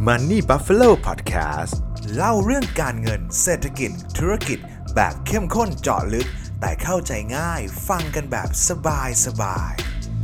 Money Buffalo Podcast เล่าเรื่องการเงินเศรษฐกิจธุรกิจแบบเข้มข้นเจาะลึกแต่เข้าใจง่ายฟังกันแบบสบาย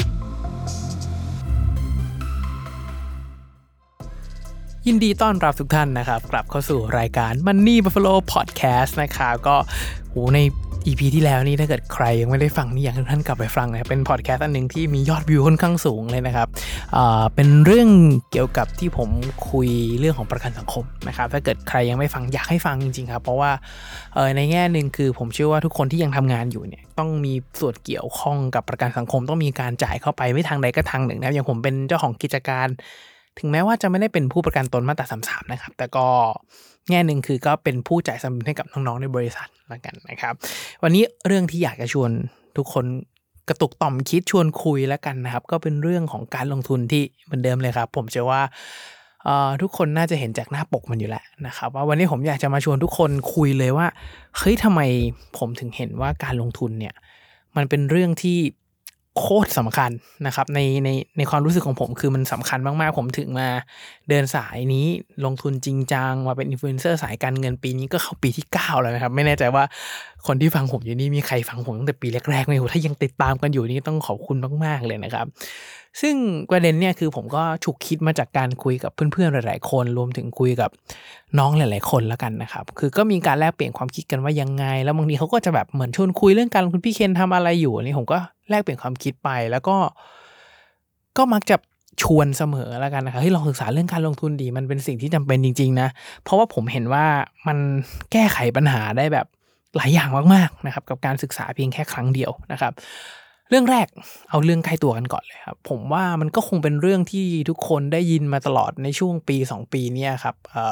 ยินดีต้อนรับทุกท่านนะครับกลับเข้าสู่รายการ Money Buffalo Podcast นะครับก็ใน EP ที่แล้วนี่ถ้าเกิดใครยังไม่ได้ฟังนี่อยากให้ทุกท่านกลับไปฟังนะเป็นพอดแคสต์อันนึงที่มียอดวิวค่อนข้างสูงเลยนะครับเป็นเรื่องเกี่ยวกับที่ผมคุยเรื่องของประกันสังคมนะครับถ้าเกิดใครยังไม่ฟังอยากให้ฟังจริงๆครับเพราะว่าในแง่นึงคือผมเชื่อว่าทุกคนที่ยังทำงานอยู่เนี่ยต้องมีส่วนเกี่ยวข้องกับประกันสังคมต้องมีการจ่ายเข้าไปไม่ทางใดก็ทางหนึ่งนะอย่างผมเป็นเจ้าของกิจการถึงแม้ว่าจะไม่ได้เป็นผู้ประกันตนมาตรา33นะครับแต่ก็แง่นึงคือก็เป็นผู้จ่ายสมทบให้กับน้องๆในบริษัทละกันนะครับวันนี้เรื่องที่อยากจะชวนทุกคนกระตุกต่อมคิดชวนคุยแล้วกันนะครับก็เป็นเรื่องของการลงทุนที่เหมือนเดิมเลยครับผมเชื่อว่าทุกคนน่าจะเห็นจากหน้าปกมันอยู่แล้วนะครับว่าวันนี้ผมอยากจะมาชวนทุกคนคุยเลยว่าเฮ้ยทำไมผมถึงเห็นว่าการลงทุนเนี่ยมันเป็นเรื่องที่โคตรสำคัญนะครับในความรู้สึกของผมคือมันสำคัญมากๆผมถึงมาเดินสายนี้ลงทุนจริงจังมาเป็นอินฟลูเอนเซอร์สายการเงินปีนี้ก็เข้าปีที่9แล้วนะครับไม่แน่ใจว่าคนที่ฟังผมอยู่นี่มีใครฟังผมตั้งแต่ปีแรกๆไหมถ้ายังติดตามกันอยู่นี่ต้องขอบคุณมากๆเลยนะครับซึ่งประเด็นเนี่ยคือผมก็ฉุกคิดมาจากการคุยกับเพื่อนๆหลายๆคนรวมถึงคุยกับน้องหลายๆคนแล้วกันนะครับคือก็มีการแลกเปลี่ยนความคิดกันว่ายังไงแล้วบางทีเขาก็จะแบบเหมือนชวนคุยเรื่องการลงทุนพี่เคนทำอะไรอยู่นี่ผมก็แลกเปลี่ยนความคิดไปแล้วก็มักจะชวนเสมอแล้วกันนะครับให้ลองศึกษาเรื่องการลงทุนดีมันเป็นสิ่งที่จำเป็นจริงๆนะเพราะว่าผมเห็นว่ามันแก้ไขปัญหาได้แบบหลายอย่างมากๆนะครับกับการศึกษาเพียงแค่ครั้งเดียวนะครับเรื่องแรกเอาเรื่องใกล้ตัวกันก่อนเลยครับผมว่ามันก็คงเป็นเรื่องที่ทุกคนได้ยินมาตลอดในช่วงปี2ปีนี้ครับ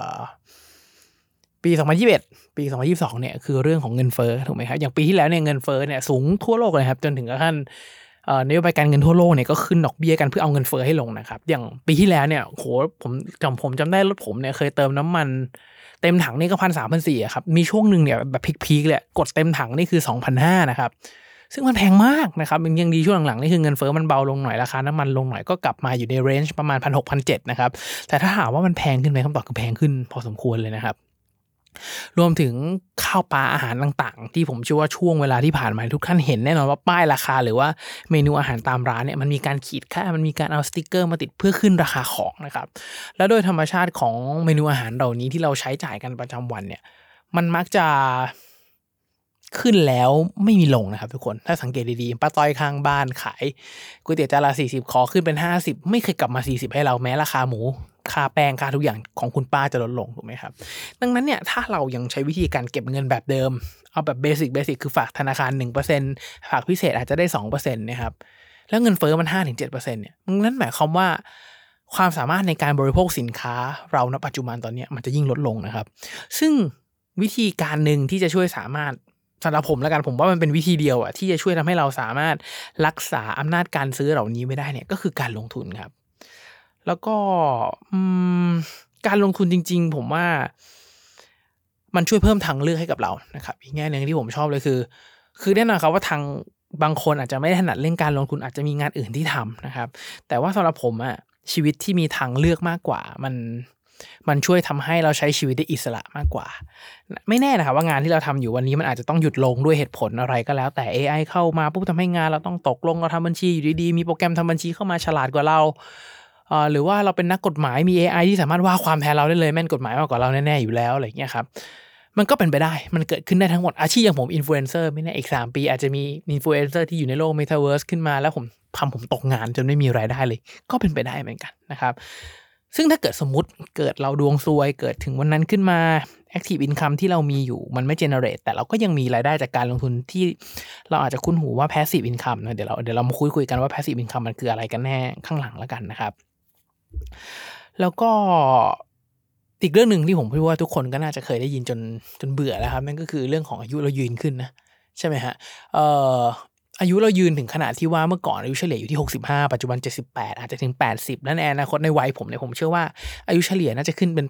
ปี2021ปี2022เนี่ยคือเรื่องของเงินเฟ้อถูกไหมครับอย่างปีที่แล้วเนี่ยเงินเฟ้อเนี่ยสูงทั่วโลกเลยครับจนถึงขั้นนโยบายการเงินทั่วโลกเนี่ยก็ขึ้นดอกเบี้ยกันเพื่อเอาเงินเฟ้อให้ลงนะครับอย่างปีที่แล้วเนี่ยโหผมจำได้รถผมเนี่ยเคยเติมน้ำมันเต็มถังนี่ก็ 1,300-1,400 อ่ะครับมีช่วงนึงเนี่ยแบบพีคๆเลยกดเต็มถังนี่คือ 2,500 นะครับซึ่งมันแพงมากนะครับยังดีช่วงหลังๆนี่คือเงินเฟ้อมันเบาลงหน่อยราคาน้ำมันลงหน่อยก็กลับมาอยู่ในเรนจ์ประมาณ 1,600-1,700 นะครับแต่ถ้าถามว่ามันแพงขึ้นไหมคำตอบคือแพงขึ้นพอสมควรเลยนะครับรวมถึงข้าวปลาอาหารต่างๆที่ผมเชื่อว่าช่วงเวลาที่ผ่านมาทุกท่านเห็นแน่นอนว่าป้ายราคาหรือว่าเมนูอาหารตามร้านเนี่ยมันมีการขีดค่ามันมีการเอาสติกเกอร์มาติดเพื่อขึ้นราคาของนะครับแล้วโดยธรรมชาติของเมนูอาหารเหล่านี้ที่เราใช้จ่ายกันประจำวันเนี่ยมันมักจะขึ้นแล้วไม่มีลงนะครับทุกคนถ้าสังเกตดีๆป้าต้อยข้างบ้านขายก๋วยเตี๋ยวจานละ40ขอขึ้นเป็น50ไม่เคยกลับมา40ให้เราแม้ราคาหมูค่าแป้งค่าทุกอย่างของคุณป้าจะลดลงถูกไหมครับดังนั้นเนี่ยถ้าเรายังใช้วิธีการเก็บเงินแบบเดิมเอาแบบเบสิกคือฝากธนาคาร 1% ฝากพิเศษอาจจะได้ 2% นะครับแล้วเงินเฟ้อมัน 5-7% เนี่ยนั่นหมายความว่าความสามารถในการบริโภคสินค้าเราณปัจจุบันตอนนี้มันจะยิ่งลดลงนะครับซึ่งวิธีการนึงที่จะช่วยสามารถสำหรับผมแล้วกันผมว่ามันเป็นวิธีเดียวที่จะช่วยทำให้เราสามารถรักษาอำนาจการซื้อเหล่านี้ไว้ได้เนี่ยก็คือการลงทุนครับแล้วก็การลงทุนจริงๆผมว่ามันช่วยเพิ่มทางเลือกให้กับเรานะครับอีกแง่นึงที่ผมชอบเลยคือแน่นอนครับว่าทางบางคนอาจจะไม่ได้ถนัดเรื่องการลงทุนอาจจะมีงานอื่นที่ทำนะครับแต่ว่าสำหรับผมชีวิตที่มีทางเลือกมากกว่ามันช่วยทำให้เราใช้ชีวิตได้อิสระมากกว่าไม่แน่นะครับว่างานที่เราทำอยู่วันนี้มันอาจจะต้องหยุดลงด้วยเหตุผลอะไรก็แล้วแต่ AI เข้ามาปุ๊บทำให้งานเราต้องตกลงเราทำบัญชีอยู่ดีๆมีโปรแกรมทำบัญชีเข้ามาฉลาดกว่าเราหรือว่าเราเป็นนักกฎหมายมี AI ที่สามารถว่าความแทนเราได้เลยแม่นกฎหมายมากกว่าเราแน่ๆอยู่แล้วอะไรอย่างเงี้ยครับมันก็เป็นไปได้มันเกิดขึ้นได้ทั้งหมดอาชีพอย่างผมอินฟลูเอนเซอร์ไม่แน่อีก3ปีอาจจะมีอินฟลูเอนเซอร์ที่อยู่ในโลก Metaverse ขึ้นมาแล้วผมตกงานจนไม่มีรายได้เลยก็เป็นไปได้เหมือนกันนะครับซึ่งถ้าเกิดสมมุติเกิดเราดวงซวยเกิดถึงวันนั้นขึ้นมา Active Income ที่เรามีอยู่มันไม่ generate แต่เราก็ยังมีรายได้จากการลงทุนที่เราอาจจะคุ้นหูว่า Passive Income นะเดี๋ยวเรามาคุยกันว่า Passive Income มันคืออะไรกันแน่ข้างหลังแล้วกันนะครับแล้วก็อีกเรื่องนึงที่ผมคิดว่าทุกคนก็น่าจะเคยได้ยินจนเบื่อแล้วครับนั่นก็คือเรื่องของอายุเรายืนขึ้นนะใช่ไหมฮะอายุเรายืนถึงขนาดที่ว่าเมื่อก่อนอายุเฉลี่ยอยู่ที่65ปัจจุบัน78อาจจะถึง80และในอนาคตในวัยผมเนี่ยผมเชื่อว่าอายุเฉลี่ยน่าจะขึ้นเป็น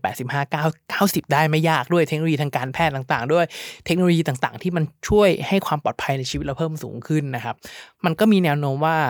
85 90ได้ไม่ยากด้วยเทคโนโลยีทางการแพทย์ต่างๆด้วยเทคโนโลยีต่างๆที่มันช่วยให้ความปลอดภัยในชีวิตเราเพิ่มสูงขึ้นนะครับมันก็มีแนวโน้มว่า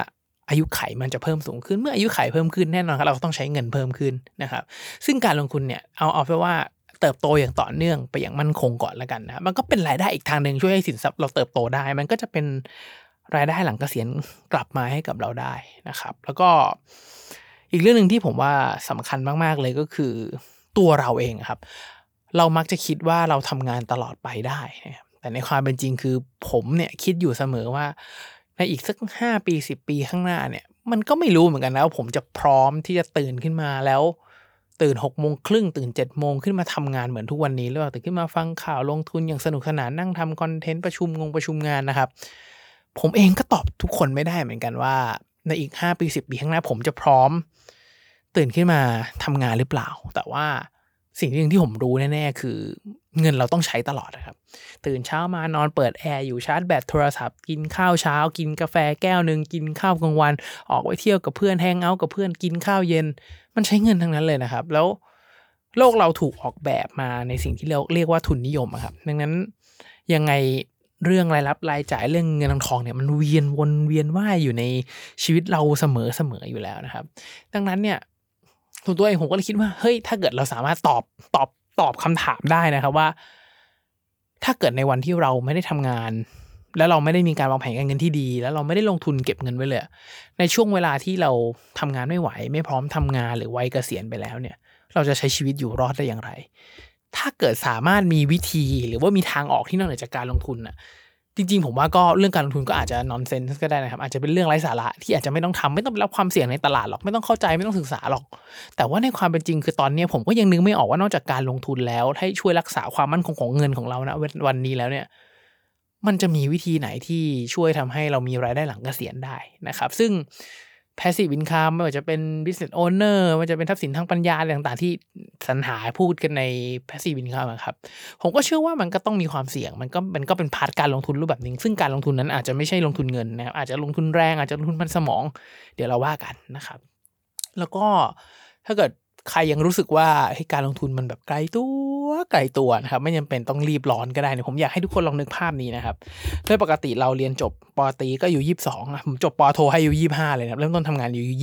อายุไขมันจะเพิ่มสูงขึ้นเมื่ออายุไขเพิ่มขึ้นแน่นอนครับเราก็ต้องใช้เงินเพิ่มขึ้นนะครับซึ่งการลงทุนเนี่ยเอาเป็นว่าเติบโตอย่างต่อเนื่องไปอย่างมั่นคงก่อนแล้วกันนะมันก็เป็นรายได้อีกทางนึงช่วยให้สินทรัพย์เราเติบโตได้มันก็จะเป็นรายได้หลังเกษียณกลับมาให้กับเราได้นะครับแล้วก็อีกเรื่องนึงที่ผมว่าสำคัญมากๆเลยก็คือตัวเราเองครับเรามักจะคิดว่าเราทำงานตลอดไปได้นะครับแต่ในความเป็นจริงคือผมเนี่ยคิดอยู่เสมอว่าในอีกสัก5 ปี10 ปีข้างหน้าเนี่ยมันก็ไม่รู้เหมือนกันนะว่าผมจะพร้อมที่จะตื่นขึ้นมาแล้วตื่น6:30ตื่น7:00ขึ้นมาทำงานเหมือนทุกวันนี้หรือเปล่าตื่นขึ้นมาฟังข่าวลงทุนอย่างสนุกสนานนั่งทำคอนเทนต์ประชุมงานนะครับผมเองก็ตอบทุกคนไม่ได้เหมือนกันว่าในอีก5 ปี10 ปีข้างหน้าผมจะพร้อมตื่นขึ้นมาทำงานหรือเปล่าแต่ว่าสิ่งนึงที่ผมรู้แน่ๆคือเงินเราต้องใช้ตลอดนะครับตื่นเช้ามานอนเปิดแอร์อยู่ชาร์จแบตโทรศัพท์กินข้าวเช้ากินกาแฟแก้วนึงกินข้าวกลางวันออกไปเที่ยวกับเพื่อนแฮงเอาท์กับเพื่อนกินข้าวเย็นมันใช้เงินทั้งนั้นเลยนะครับแล้วโลกเราถูกออกแบบมาในสิ่งที่เราเรียกว่าทุนนิยมครับดังนั้นยังไงเรื่องรายรับรายจ่ายเรื่องเงินทองเนี่ยมันเวียนวนเวียนว่ายอยู่ในชีวิตเราเสมออยู่แล้วนะครับดังนั้นเนี่ยตัวเองผมก็เลยคิดว่าเฮ้ยถ้าเกิดเราสามารถตอบคำถามได้นะครับว่าถ้าเกิดในวันที่เราไม่ได้ทำงานแล้วเราไม่ได้มีการวางแผนการเงินที่ดีแล้วเราไม่ได้ลงทุนเก็บเงินไว้เลยในช่วงเวลาที่เราทำงานไม่ไหวไม่พร้อมทำงานหรือวัยเกษียณไปแล้วเนี่ยเราจะใช้ชีวิตอยู่รอดได้อย่างไรถ้าเกิดสามารถมีวิธีหรือว่ามีทางออกที่นอกเหนือจากการลงทุนน่ะจริงๆผมว่าก็เรื่องการลงทุนก็อาจจะนอนเซนส์ก็ได้นะครับอาจจะเป็นเรื่องไร้สาระที่อาจจะไม่ต้องทำไม่ต้องไปรับความเสี่ยงในตลาดหรอกไม่ต้องเข้าใจไม่ต้องศึกษาหรอกแต่ว่าในความเป็นจริงคือตอนนี้ผมก็ยังนึกไม่ออกว่านอกจากการลงทุนแล้วให้ช่วยรักษาความมั่นคงของเงินของเรานะวันนี้แล้วเนี่ยมันจะมีวิธีไหนที่ช่วยทำให้เรามีรายได้หลังเกษียณได้นะครับซึ่ง passive income ไม่ว่าจะเป็น business owner ไม่ว่าจะเป็นทรัพย์สินทางปัญญาอะไรต่างๆที่สรรหาพูดกันใน passive income ครับผมก็เชื่อว่ามันก็ต้องมีความเสี่ยงมันก็เป็นพาร์ทการลงทุนรูปแบบนึงซึ่งการลงทุนนั้นอาจจะไม่ใช่ลงทุนเงินนะครับอาจจะลงทุนแรงอาจจะลงทุนพันสมองเดี๋ยวเราว่ากันนะครับแล้วก็ถ้าเกิดใครยังรู้สึกว่าการลงทุนมันแบบไกลตัวนะครับไม่จำเป็นต้องรีบร้อนก็ได้เนี่ยผมอยากให้ทุกคนลองนึกภาพนี้นะครับโดยปกติเราเรียนจบป.ตรีก็อายุ22ผมจบป.โทให้อายุ25เลยนะเริ่มต้นทำงานอายุ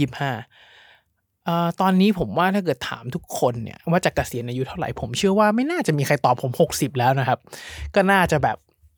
25ตอนนี้ผมว่าถ้าเกิดถามทุกคนเนี่ยว่าจะเกษียณอายุเท่าไหร่ผมเชื่อว่าไม่น่าจะมีใครตอบผม60แล้วนะครับก็น่าจะแบบ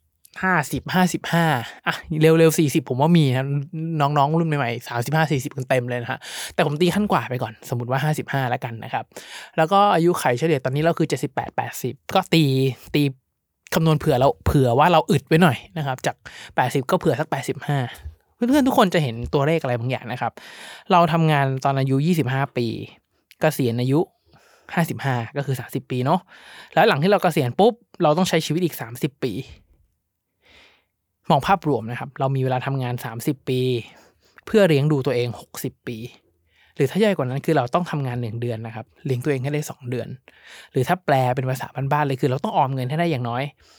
55อ่ะเร็วๆ40ผมว่ามีนะน้องๆรุ่นใหม่ๆ35-40กันเต็มเลยนะฮะแต่ผมตีขั้นกว่าไปก่อนสมมุติว่า55แล้วกันนะครับแล้วก็อายุไขเฉลี่ยตอนนี้เราคือ78-80ก็ตีคำนวณเผื่อว่าเราอึดไว้หน่อยนะครับจาก80ก็เผื่อสัก85เพื่อนๆทุกคนจะเห็นตัวเลขอะไรบางอย่างนะครับเราทำงานตอนอายุ25ปีเกษียณอายุ55ก็คือ30ปีเนาะแล้วหลังที่เราเกษียณปุ๊บเราต้องใช้ชีวิตอีก30ปีมองภาพรวมนะครับเรามีเวลาทำงาน30ปีเพื่อเลี้ยงดูตัวเอง60ปีหรือถ้าย่อยกว่านั้นคือเราต้องทำงาน1เดือนนะครับเลี้ยงตัวเองให้ได้2เดือนหรือถ้าแปลเป็นภาษาบ้านๆเลยคือเราต้องออมเงินให้ได้อย่างน้อย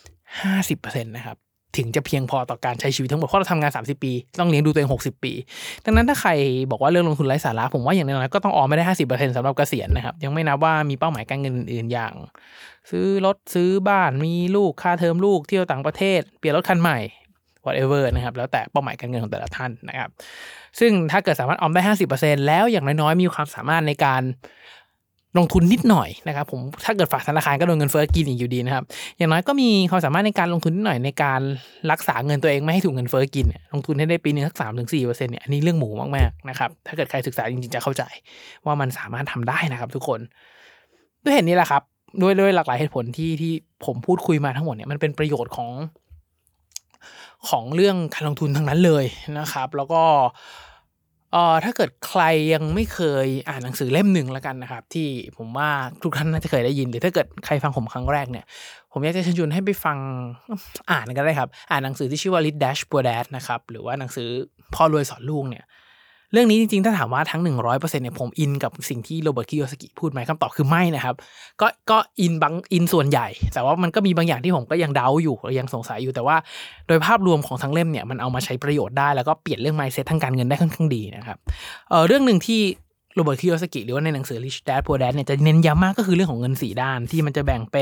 50% นะครับถึงจะเพียงพอต่อการใช้ชีวิตทั้งหมดเพราะเราทำงาน30ปีต้องเลี้ยงดูตัวเอง60ปีดังนั้นถ้าใครบอกว่าเรื่องลงทุนไร้สาระผมว่าอย่างน้อยก็ต้องออมไม่ได้ 50% สำหรับเกษียณนะครับยังไม่นับว่ามีเป้าหมายการเงินอื่นๆอย่างซื้อรถซื้อบ้านมีลูกค่าเทอมลูกเที่ยวต่างประเทศเปลี่ยนรถคันใหม่ whatever นะครับแล้วแต่เป้าหมายการเงินของแต่ละท่านนะครับซึ่งถ้าเกิดสามารถออมได้ 50% แล้วอย่างน้อยๆมีความสามารถในการลงทุนนิดหน่อยนะครับผมถ้าเกิดฝากธนาคารก็โดนเงินเฟ้อกินอีกอยู่ดีนะครับอย่างน้อยก็มีความสามารถในการลงทุนนิดหน่อยในการรักษาเงินตัวเองไม่ให้ถูกเงินเฟ้อกินลงทุนให้ได้ปีนึงสัก 3-4% เนี่ยอันนี้เรื่องหมูมากๆนะครับถ้าเกิดใครศึกษาจริงๆจะเข้าใจว่ามันสามารถทำได้นะครับทุกคนด้วยเหตุนี้แหละครับด้วยหลากหลายเหตุผลที่ผมพูดคุยมาทั้งหมดเนี่ยมันเป็นประโยชน์ของเรื่องการลงทุนทั้งนั้นเลยนะครับแล้วก็ถ้าเกิดใครยังไม่เคยอ่านหนังสือเล่มหนึ่งแล้วกันนะครับที่ผมว่าทุกท่านน่าจะเคยได้ยินหรือถ้าเกิดใครฟังผมครั้งแรกเนี่ยผมอยากจะเชิญชวนให้ไปฟังอ่านกันได้ครับอ่านหนังสือที่ชื่อว่า Rich Dad Poor Dad นะครับหรือว่าหนังสือพ่อรวยสอนลูกเนี่ยเรื่องนี้จริงๆถ้าถามว่าทั้ง 100% เนี่ยผมอินกับสิ่งที่โรเบิร์ต คิโยซากิพูดไหมคำตอบคือไม่นะครับก็อินส่วนใหญ่แต่ว่ามันก็มีบางอย่างที่ผมก็ยังเดาอยู่ยังสงสัยอยู่แต่ว่าโดยภาพรวมของทั้งเล่มเนี่ยมันเอามาใช้ประโยชน์ได้แล้วก็เปลี่ยนเรื่อง mindset ทางการเงินได้ค่อนข้างดีนะครับเรื่องนึงที่โรเบิร์ต คิโยซากิหรือว่าในหนังสือ Rich Dad Poor Dad เนี่ยจะเน้นย้ำมากก็คือเรื่องของเงิน4ด้านที่มันจะแบ่งเป็น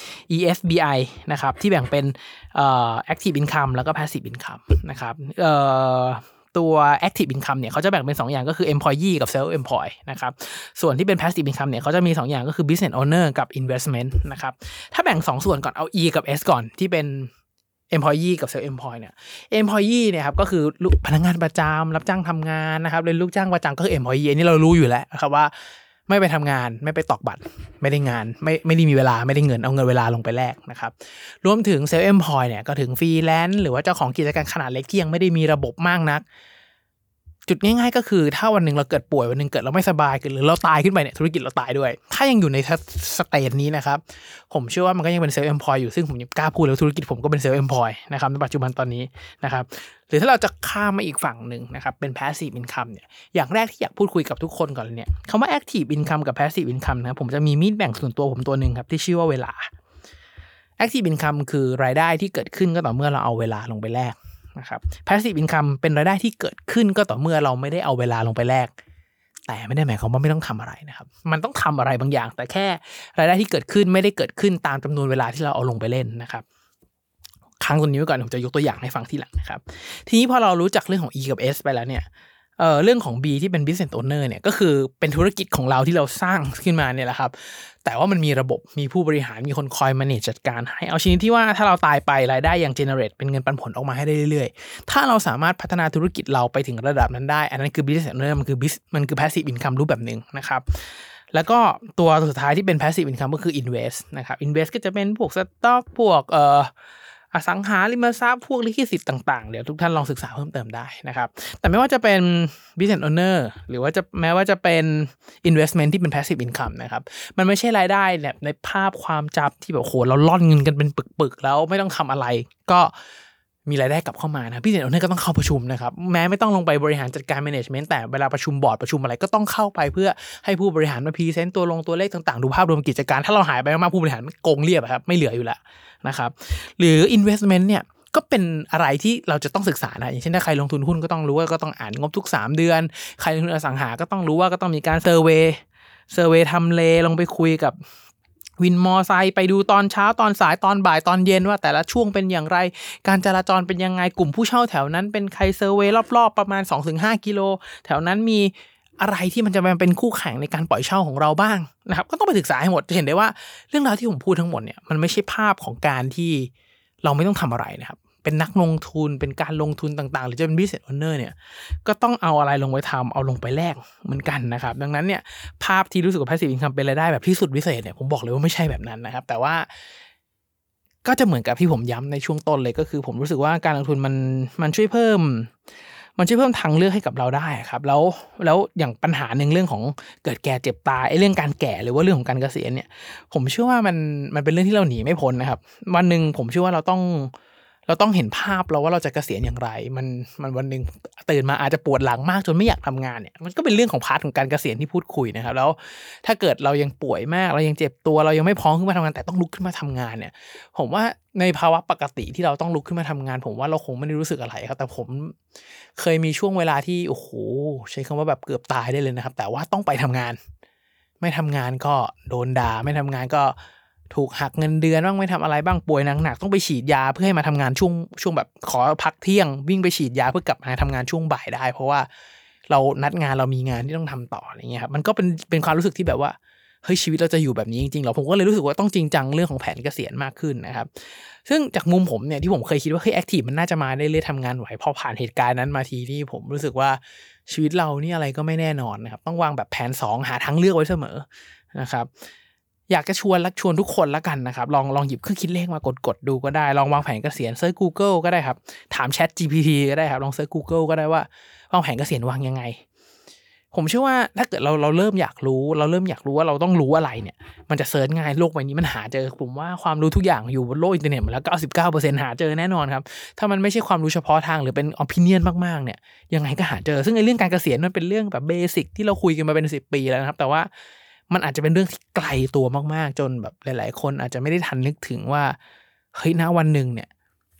ESBI นะครับที่แบ่งเป็นactive income แล้วก็ passive income นะครับตัว active income เนี่ยเขาจะแบ่งเป็น2อย่างก็คือ employee กับ self employed นะครับส่วนที่เป็น passive income เนี่ยเขาจะมี2อย่างก็คือ business owner กับ investment นะครับถ้าแบ่ง2ส่วนก่อนเอา E กับ S ก่อนที่เป็น employee กับ self employed เนี่ย employee เนี่ยครับก็คือพนักงานประจำรับจ้างทำงานนะครับเป็นลูกจ้างประจำก็คือ employee อันนี้เรารู้อยู่แล้วนะครับว่าไม่ไปทำงานไม่ไปตอกบัตรไม่ได้งานไม่ได้มีเวลาไม่ได้เงินเอาเงินเวลาลงไปแลกนะครับรวมถึง self employed เนี่ยก็ถึงฟรีแลนซ์หรือว่าเจ้าของกิจการขนาดเล็กที่ยังไม่ได้มีระบบมากนักจุดง่ายๆก็คือถ้าวันหนึ่งเราเกิดป่วยวันหนึ่งเกิดเราไม่สบายหรือเราตายขึ้นไปเนี่ยธุรกิจเราตายด้วยถ้ายังอยู่ในสเตจนี้นะครับผมเชื่อว่ามันก็ยังเป็นเซลล์เอ็มพลอยอยู่ซึ่งผมยังกล้าพูดแล้วธุรกิจผมก็เป็นเซลล์เอ็มพลอยนะครับในปัจจุบันตอนนี้นะครับหรือถ้าเราจะข้ามมาอีกฝั่งหนึ่งนะครับเป็น passive income เนี่ยอย่างแรกที่อยากพูดคุยกับทุกคนก่อนเลยเนี่ยคำว่า active income กับ passive income นะผมจะมีมีดแบ่งส่วนตัวผมตัวหนึ่งครับที่ชื่อว่าเวลา active income คือรายได้ที่เกิดขึ้นก็ต่อเมื่อเราเอาเวลาลงไปแลกนะครับ passive income เป็นรายได้ที่เกิดขึ้นก็ต่อเมื่อเราไม่ได้เอาเวลาลงไปแลกแต่ไม่ได้หมายความว่าไม่ต้องทำอะไรนะครับมันต้องทำอะไรบางอย่างแต่แค่รายได้ที่เกิดขึ้นไม่ได้เกิดขึ้นตามจำนวนเวลาที่เราเอาลงไปเล่นนะครับค้างตรงนี้ไว้ก่อนผมจะยกตัวอย่างให้ฟังทีหลังนะครับทีนี้พอเรารู้จักเรื่องของ E กับ S ไปแล้วเนี่ยเรื่องของ B ที่เป็น business owner เนี่ยก็คือเป็นธุรกิจของเราที่เราสร้างขึ้นมาเนี่ยแหละครับแต่ว่ามันมีระบบมีผู้บริหารมีคนคอย manage จัดการให้เอาชนิดที่ว่าถ้าเราตายไปรายได้ยัง generate เป็นเงินปันผลออกมาให้ได้เรื่อยๆถ้าเราสามารถพัฒนาธุรกิจเราไปถึงระดับนั้นได้อันนั้นคือ business owner มันคือ passive income รูปแบบนึงนะครับแล้วก็ตัวสุดท้ายที่เป็น passive income ก็คือ invest นะครับ invest ก็จะเป็นพวก stock พวกอสังหาริมทรัพย์พวกลิขสิทธิ์ต่างๆเดี๋ยวทุกท่านลองศึกษาเพิ่มเติมได้นะครับแต่ไม่ว่าจะเป็น business owner หรือว่าแม้ว่าจะเป็น investment ที่เป็น passive income นะครับมันไม่ใช่รายได้แบบในภาพความจำที่แบบโหเราล่อนเงินกันเป็นปึกๆแล้วไม่ต้องทำอะไรก็มีรายได้กลับเข้ามานะ business owner ก็ต้องเข้าประชุมนะครับแม้ไม่ต้องลงไปบริหารจัดการ management แต่เวลาประชุมบอร์ดประชุมอะไรก็ต้องเข้าไปเพื่อให้ผู้บริหารมาพรีเซนต์ตัวเลขต่างๆดูภาพรวมกิจการถ้าเราหายไปมากๆผู้บริหารโกงเรียบครับไม่เหลืออยู่แล้วนะครับหรือ investment เนี่ยก็เป็นอะไรที่เราจะต้องศึกษานะอย่างเช่นถ้าใครลงทุนหุ้นก็ต้องรู้ว่าก็ต้องอ่านงบทุก3เดือนใครลงทุนอสังหาก็ต้องรู้ว่าก็ต้องมีการเซอร์เวย์ทำเลลงไปคุยกับวินมอไซค์ไปดูตอนเช้าตอนสายตอนบ่ายตอนเย็นว่าแต่ละช่วงเป็นอย่างไรการจราจรเป็นยังไงกลุ่มผู้เช่าแถวนั้นเป็นใครเซอร์เวย์รอบๆประมาณ 2-5 กิโลแถวนั้นมีอะไรที่มันจะมาเป็นคู่แข่งในการปล่อยเช่าของเราบ้างนะครับก็ต้องไปศึกษาให้หมดจะเห็นได้ว่าเรื่องราวที่ผมพูดทั้งหมดเนี่ยมันไม่ใช่ภาพของการที่เราไม่ต้องทำอะไรนะครับเป็นนักลงทุนเป็นการลงทุนต่างๆหรือจะเป็น business owner เนี่ยก็ต้องเอาอะไรลงไปทำเอาลงไปแลกเหมือนกันนะครับดังนั้นเนี่ยภาพที่รู้สึกว่า passive income เป็นรายได้แบบที่สุดวิเศษเนี่ยผมบอกเลยว่าไม่ใช่แบบนั้นนะครับแต่ว่าก็จะเหมือนกับที่ผมย้ำในช่วงต้นเลยก็คือผมรู้สึกว่าการลงทุนมันช่วยเพิ่มทางเลือกให้กับเราได้ครับแล้วอย่างปัญหาหนึ่งเรื่องของเกิดแก่เจ็บตายเรื่องการแก่หรือว่าเรื่องของการเกษียณเนี่ยผมเชื่อว่ามันเป็นเรื่องที่เราหนีไม่พ้นนะครับวันนึงผมเชื่อว่าเราต้องเห็นภาพเราว่าเราจะเกษียณอย่างไรมันวันนึงตื่นมาอาจจะปวดหลังมากจนไม่อยากทำงานเนี่ยมันก็เป็นเรื่องของพาร์ทของการเกษียณที่พูดคุยนะครับแล้วถ้าเกิดเรายังป่วยมากเรายังเจ็บตัวเรายังไม่พร้อมขึ้นมาทำงานแต่ต้องลุกขึ้นมาทำงานเนี่ยผมว่าในภาวะปกติที่เราต้องลุกขึ้นมาทำงานผมว่าเราคงไม่ได้รู้สึกอะไรครับแต่ผมเคยมีช่วงเวลาที่โอ้โหใช้คำว่าแบบเกือบตายได้เลยนะครับแต่ว่าต้องไปทำงานไม่ทำงานก็โดนด่าไม่ทำงานก็ถูกหักเงินเดือนบ้างไม่ทำอะไรบ้างป่วยหนักๆต้องไปฉีดยาเพื่อให้มาทำงานช่วงแบบขอพักเที่ยงวิ่งไปฉีดยาเพื่อกลับมาทำงานช่วงบ่ายได้เพราะว่าเรานัดงานเรามีงานที่ต้องทำต่ออะไรเงี้ยครับมันก็เป็นความรู้สึกที่แบบว่าเฮ้ยชีวิตเราจะอยู่แบบนี้จริงๆหรอผมก็เลยรู้สึกว่าต้องจริงจังเรื่องของแผนเกษียณมากขึ้นนะครับซึ่งจากมุมผมเนี่ยที่ผมเคยคิดว่าเฮ้ยแอคทีฟมันน่าจะมาได้เรื่อยทำงานไหวพอผ่านเหตุการณ์นั้นมาทีนี่ผมรู้สึกว่าชีวิตเรานี่อะไรก็ไม่แน่นอนนะครับต้องวางแบบแผน2หาทางเลือกไว้เสมอนะครับอยากจะชวนทุกคนละกันนะครับลองหยิบเครื่องคิดเลขมากดดูก็ได้ลองวางแผนเกษียณเซิร์ช Google ก็ได้ครับถาม ChatGPT ก็ได้ครับลองเซิร์ช Google ก็ได้ว่าวางแผนเกษียณวางยังไงผมเชื่อว่าถ้าเกิดเราเริ่มอยากรู้ว่าเราต้องรู้อะไรเนี่ยมันจะเซิร์ชง่ายโลกใบนี้มันหาเจอผมว่าความรู้ทุกอย่างอยู่บนโลกอินเทอร์เน็ตหมดแล้ว 99% หาเจอแน่นอนครับถ้ามันไม่ใช่ความรู้เฉพาะทางหรือเป็น opinion มากๆเนี่ยยังไงก็หาเจอซึ่งในเรื่องการเกษียณมันเป็นเรื่องแบบเบสิกที่เราคุยกันมาเป็น10 ปีแล้วนะครับแต่ว่ามันอาจจะเป็นเรื่องที่ไกลตัวมากๆจนแบบหลายๆคนอาจจะไม่ได้ทันนึกถึงว่าเฮ้ยณวันนึงเนี่ย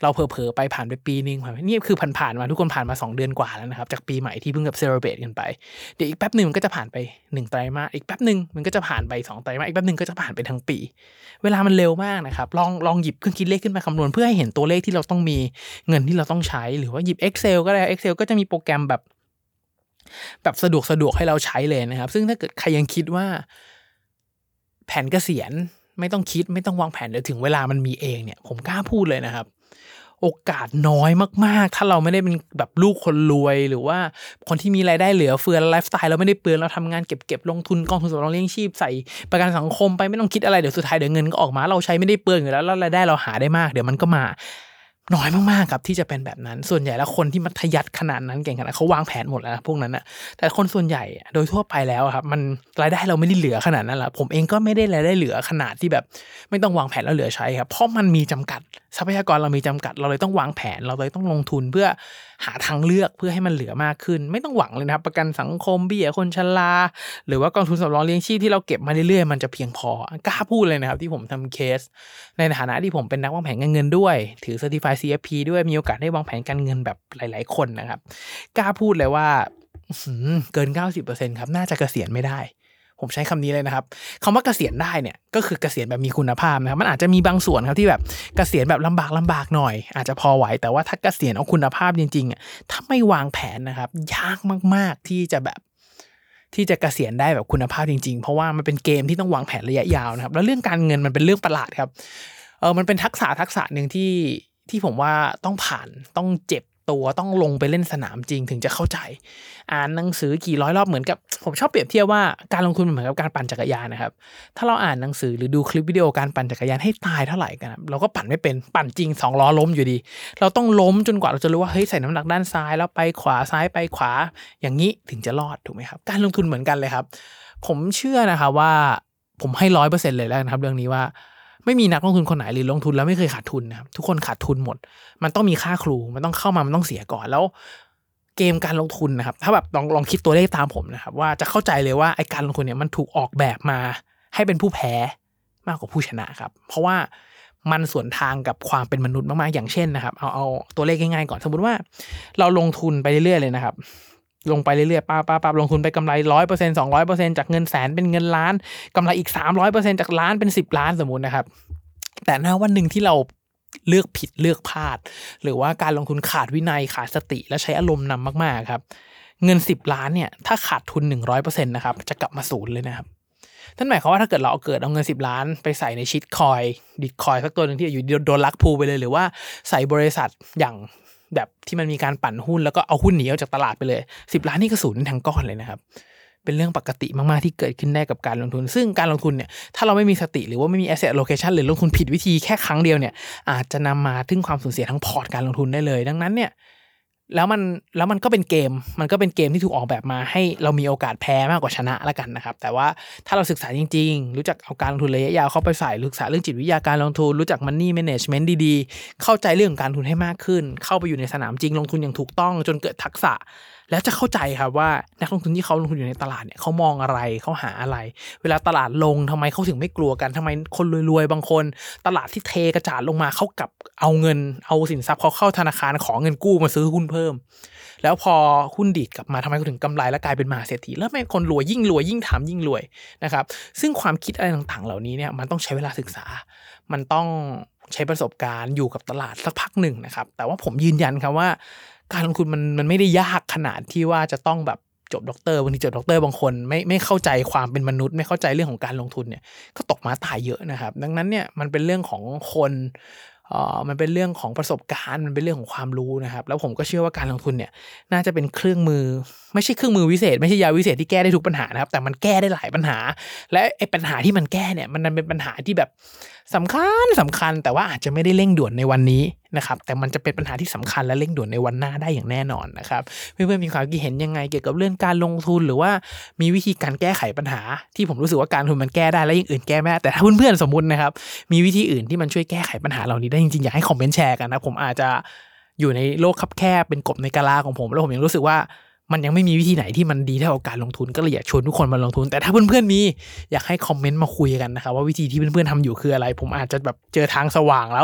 เราเผลอๆไปผ่านไปปีนึงนี่คือผ่านมาทุกคนผ่านมา2เดือนกว่าแล้วนะครับจากปีใหม่ที่เพิ่งเซเลบเรตกันไปเดี๋ยวอีกแป๊บนึงมันก็จะผ่านไป1ไตรมาสอีกแป๊บนึงมันก็จะผ่านไป2ไตรมาสอีกแป๊บนึงก็จะผ่านไปทั้งปีเวลามันเร็วมากนะครับลองหยิบเครื่องคิดเลขขึ้นมาคำนวณเพื่อให้เห็นตัวเลขที่เราต้องมีเงินที่เราต้องใช้หรือว่าหยิบ Excel ก็ได้ Excel ก็จะมีโปรแกรมแบบสะดวกให้เราใช้เลยนะครับซึ่งถ้าเกิดใครยังคิดว่าแผนเกษียณไม่ต้องคิดไม่ต้องวางแผนเดี๋ยวถึงเวลามันมีเองเนี่ยผมกล้าพูดเลยนะครับโอกาสน้อยมากๆถ้าเราไม่ได้เป็นแบบลูกคนรวยหรือว่าคนที่มีรายได้เหลือเฟือไลฟ์สไตล์เราไม่ได้เปลืองเราทำงานเก็บลงทุนกองทุนสำรองเลี้ยงชีพใส่ประกันสังคมไปไม่ต้องคิดอะไรเดี๋ยวสุดท้ายเดี๋ยวเงินก็ออกมาเราใช้ไม่ได้เปลืองอยู่แล้วรายได้เราหาได้มากเดี๋ยวมันก็มาน้อยมากๆครับที่จะเป็นแบบนั้นส่วนใหญ่แล้วคนที่มัธยัสถ์ขนาดนั้นเก่งขนาดเขาวางแผนหมดแล้วพวกนั้นนะแต่คนส่วนใหญ่โดยทั่วไปแล้วครับมันรายได้เราไม่ได้เหลือขนาดนั้นแหละผมเองก็ไม่ได้รายได้เหลือขนาดที่แบบไม่ต้องวางแผนแล้วเหลือใช้ครับเพราะมันมีจำกัดทรัพยากรเรามีจำกัดเราเลยต้องวางแผนเราเลยต้องลงทุนเพื่อหาทางเลือกเพื่อให้มันเหลือมากขึ้นไม่ต้องหวังเลยนะครับประกันสังคมเบี้ยคนชราหรือว่ากองทุนสำรองเลี้ยงชีพที่เราเก็บมาเรื่อยๆมันจะเพียงพอกล้าพูดเลยนะครับที่ผมทำเคสในฐานะที่ผมเป็นนักวางแผนการเงินด้วยถือ Certified CFP ด้วยมีโอกาสได้วางแผนการเงินแบบหลายๆคนนะครับกล้าพูดเลยว่าเกิน 90% ครับน่าจะเกษียณไม่ได้ผมใช้คำนี้เลยนะครับคำว่าเกษียณได้เนี่ยก็คือเกษียณแบบมีคุณภาพนะครับมันอาจจะมีบางส่วนครับที่แบบเกษียณแบบลำบากหน่อยอาจจะพอไหวแต่ว่าถ้าเกษียณเอาคุณภาพจริงๆถ้าไม่วางแผนนะครับยากมากๆที่จะเกษียณได้แบบคุณภาพจริงๆเพราะว่ามันเป็นเกมที่ต้องวางแผนระยะยาวนะครับแล้วเรื่องการเงินมันเป็นเรื่องประหลาดครับมันเป็นทักษะนึงที่ผมว่าต้องผ่านต้องเจ็บตัวต้องลงไปเล่นสนามจริงถึงจะเข้าใจอ่านหนังสือกี่ร้อยรอบเหมือนกับผมชอบเปรียบเทียบว่าการลงทุนเหมือนกับการปั่นจักรยานนะครับถ้าเราอ่านหนังสือหรือดูคลิปวิดีโอการปั่นจักรยานให้ตายเท่าไหร่กันเราก็ปั่นไม่เป็นปั่นจริง2ล้อล้มอยู่ดีเราต้องล้มจนกว่าเราจะรู้ว่าเฮ้ยใส่น้ำหนักด้านซ้ายแล้วไปขวาซ้ายไปขวาอย่างนี้ถึงจะรอดถูกไหมครับการลงทุนเหมือนกันเลยครับผมเชื่อนะครับว่าผมให้ 100% เลยแล้วนะครับเรื่องนี้ว่าไม่มีนักลงทุนคนไหนหรือลงทุนแล้วไม่เคยขาดทุนนะครับทุกคนขาดทุนหมดมันต้องมีค่าครูมันต้องเข้ามามันต้องเสียก่อนแล้วเกมการลงทุนนะครับถ้าแบบลองคิดตัวเลขตามผมนะครับว่าจะเข้าใจเลยว่าไอ้การลงทุนเนี่ยมันถูกออกแบบมาให้เป็นผู้แพ้มากกว่าผู้ชนะครับเพราะว่ามันสวนทางกับความเป็นมนุษย์มากๆอย่างเช่นนะครับเอาตัวเลขง่ายๆก่อนสมมุติว่าเราลงทุนไปเรื่อยๆเลยนะครับลงไปเรื่อยๆปั๊บลงทุนไปกำไร 100% 200% จากเงินแสนเป็นเงินล้านกำไรอีก 300% จากล้านเป็น10ล้านสมมุตินะครับแต่ณวันนึงที่เราเลือกผิดเลือกพลาดหรือว่าการลงทุนขาดวินัยขาดสติและใช้อารมณ์นำมากๆครับเงิน10ล้านเนี่ยถ้าขาดทุน 100% นะครับจะกลับมา0เลยนะครับนั่นหมายความว่าถ้าเกิดเราเอาเงิน10ล้านไปใส่ในชิตคอยบิตคอยสักตัวนึงที่อยู่โดนลักพูไปเลยหรือว่าใส่บริษัทอย่างแบบที่มันมีการปั่นหุ้นแล้วก็เอาหุ้นหนีออกจากตลาดไปเลย10ล้านนี่ก็ศูนย์ทั้งก้อนเลยนะครับเป็นเรื่องปกติมากๆที่เกิดขึ้นได้กับการลงทุนซึ่งการลงทุนเนี่ยถ้าเราไม่มีสติหรือว่าไม่มี asset allocation หรือลงทุนผิดวิธีแค่ครั้งเดียวเนี่ยอาจจะนำมาถึงความสูญเสียทั้งพอร์ตการลงทุนได้เลยดังนั้นเนี่ยแล้วมันก็เป็นเกมที่ถูกออกแบบมาให้เรามีโอกาสแพ้มากกว่าชนะละกันนะครับแต่ว่าถ้าเราศึกษาจริงๆรู้จักเอาการลงทุนระยะยาวเข้าไปใส่ศึกษาเรื่องจิตวิทยาการลงทุนรู้จัก money management ดีๆเข้าใจเรื่องการลงทุนให้มากขึ้นเข้าไปอยู่ในสนามจริงลงทุนอย่างถูกต้องจนเกิดทักษะแล้วจะเข้าใจครับว่านักลงทุนที่เขาลงทุนอยู่ในตลาดเนี่ยเขามองอะไรเขาหาอะไรเวลาตลาดลงทำไมเขาถึงไม่กลัวกันทำไมคนรวยๆบางคนตลาดที่เทกระจาดลงมาเขากลับเอาเงินเอาสินทรัพย์เขาเข้าธนาคารขอเงินกู้มาซื้อหุ้นเพิ่มแล้วพอหุ้นดีดกลับมาทำไมเขาถึงกำไรและกลายเป็นมหาเศรษฐีแล้วไม่คนรวยยิ่งทำยิ่งรวยนะครับซึ่งความคิดอะไรต่างๆเหล่านี้เนี่ยมันต้องใช้เวลาศึกษามันต้องใช้ประสบการณ์อยู่กับตลาดสักพักหนึ่งนะครับแต่ว่าผมยืนยันครับว่าการลงทุนมันไม่ได้ยากขนาดที่ว่าจะต้องแบบจบด็อกเตอร์บางทีจบด็อกเตอร์บางคนไม่เข้าใจความเป็นมนุษย์ไม่เข้าใจเรื่องของการลงทุนเนี่ยก็ตกม้าตายเยอะนะครับดังนั้นเนี่ยมันเป็นเรื่องของคนมันเป็นเรื่องของประสบการณ์มันเป็นเรื่องของความรู้นะครับแล้วผมก็เชื่อว่าการลงทุนเนี่ยน่าจะเป็นเครื่องมือไม่ใช่เครื่องมือวิเศษไม่ใช่ยาวิเศษที่แก้ได้ทุกปัญหานะครับแต่มันแก้ได้หลายปัญหาและไอ้ปัญหาที่มันแก้เนี่ยมันเป็นปัญหาที่แบบสำคัญแต่ว่าอาจจะไม่ได้เร่งด่วนในวันนี้นะครับแต่มันจะเป็นปัญหาที่สำคัญและเร่งด่วนในวันหน้าได้อย่างแน่นอนนะครับเพื่อนๆมีความคิดเห็นยังไงเกี่ยวกับเรื่องการลงทุนหรือว่ามีวิธีการแก้ไขปัญหาที่ผมรู้สึกว่าการลงทุนมันแก้ได้และอย่างอื่นแก้ไม่ได้แต่ถ้าเพื่อนๆสมมุตินะครับมีวิธีอื่นที่มันช่วยแก้ไขปัญหาเหล่านี้ได้จริงๆอยากให้คอมเมนต์แชร์กันนะผมอาจจะอยู่ในโลกคับแคบเป็นกบในกะลาของผมแล้วผมยังรู้สึกว่ามันยังไม่มีวิธีไหนที่มันดีเท่ากับการลงทุนก็เลยอยากชวนทุกคนมาลงทุนแต่ถ้าเพื่อนๆมีอยากให้คอมเมนต์มาคุยกันนะครับว่าวิธีที่เพื่อนๆทำอยู่คืออะไรผมอาจจะแบบเจอทางสว่างแล้ว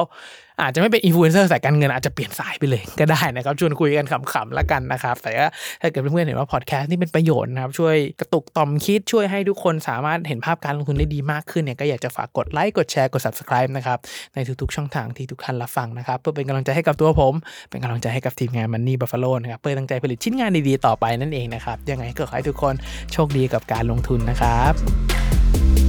อาจจะไม่เป็นอินฟลูเอนเซอร์สายการเงินอาจจะเปลี่ยนสายไปเลยก็ได้นะครับชวนคุยกันขำๆแล้วกันนะครับแต่ว่าถ้าเกิดเพื่อนๆเห็นว่าพอดแคสต์นี่เป็นประโยชน์นะครับช่วยกระตุกต่อมคิดช่วยให้ทุกคนสามารถเห็นภาพการลงทุนได้ดีมากขึ้นเนี่ยก็อยากจะฝากกดไลค์กดแชร์กด Subscribe นะครับในทุกๆช่องทางที่ทุกท่านรับฟังนะครับเพื่อเป็นกำลังใจให้กับตัวผมเป็นกำลังใจให้กับทีมงาน Money Buffalo นะครับเพื่อตั้งใจผลิตชิ้นงานดีๆต่อไปนั่นเองนะครับยังไงก็ขอให้ทุกคนโชคดีกับการลงทุนนะครับ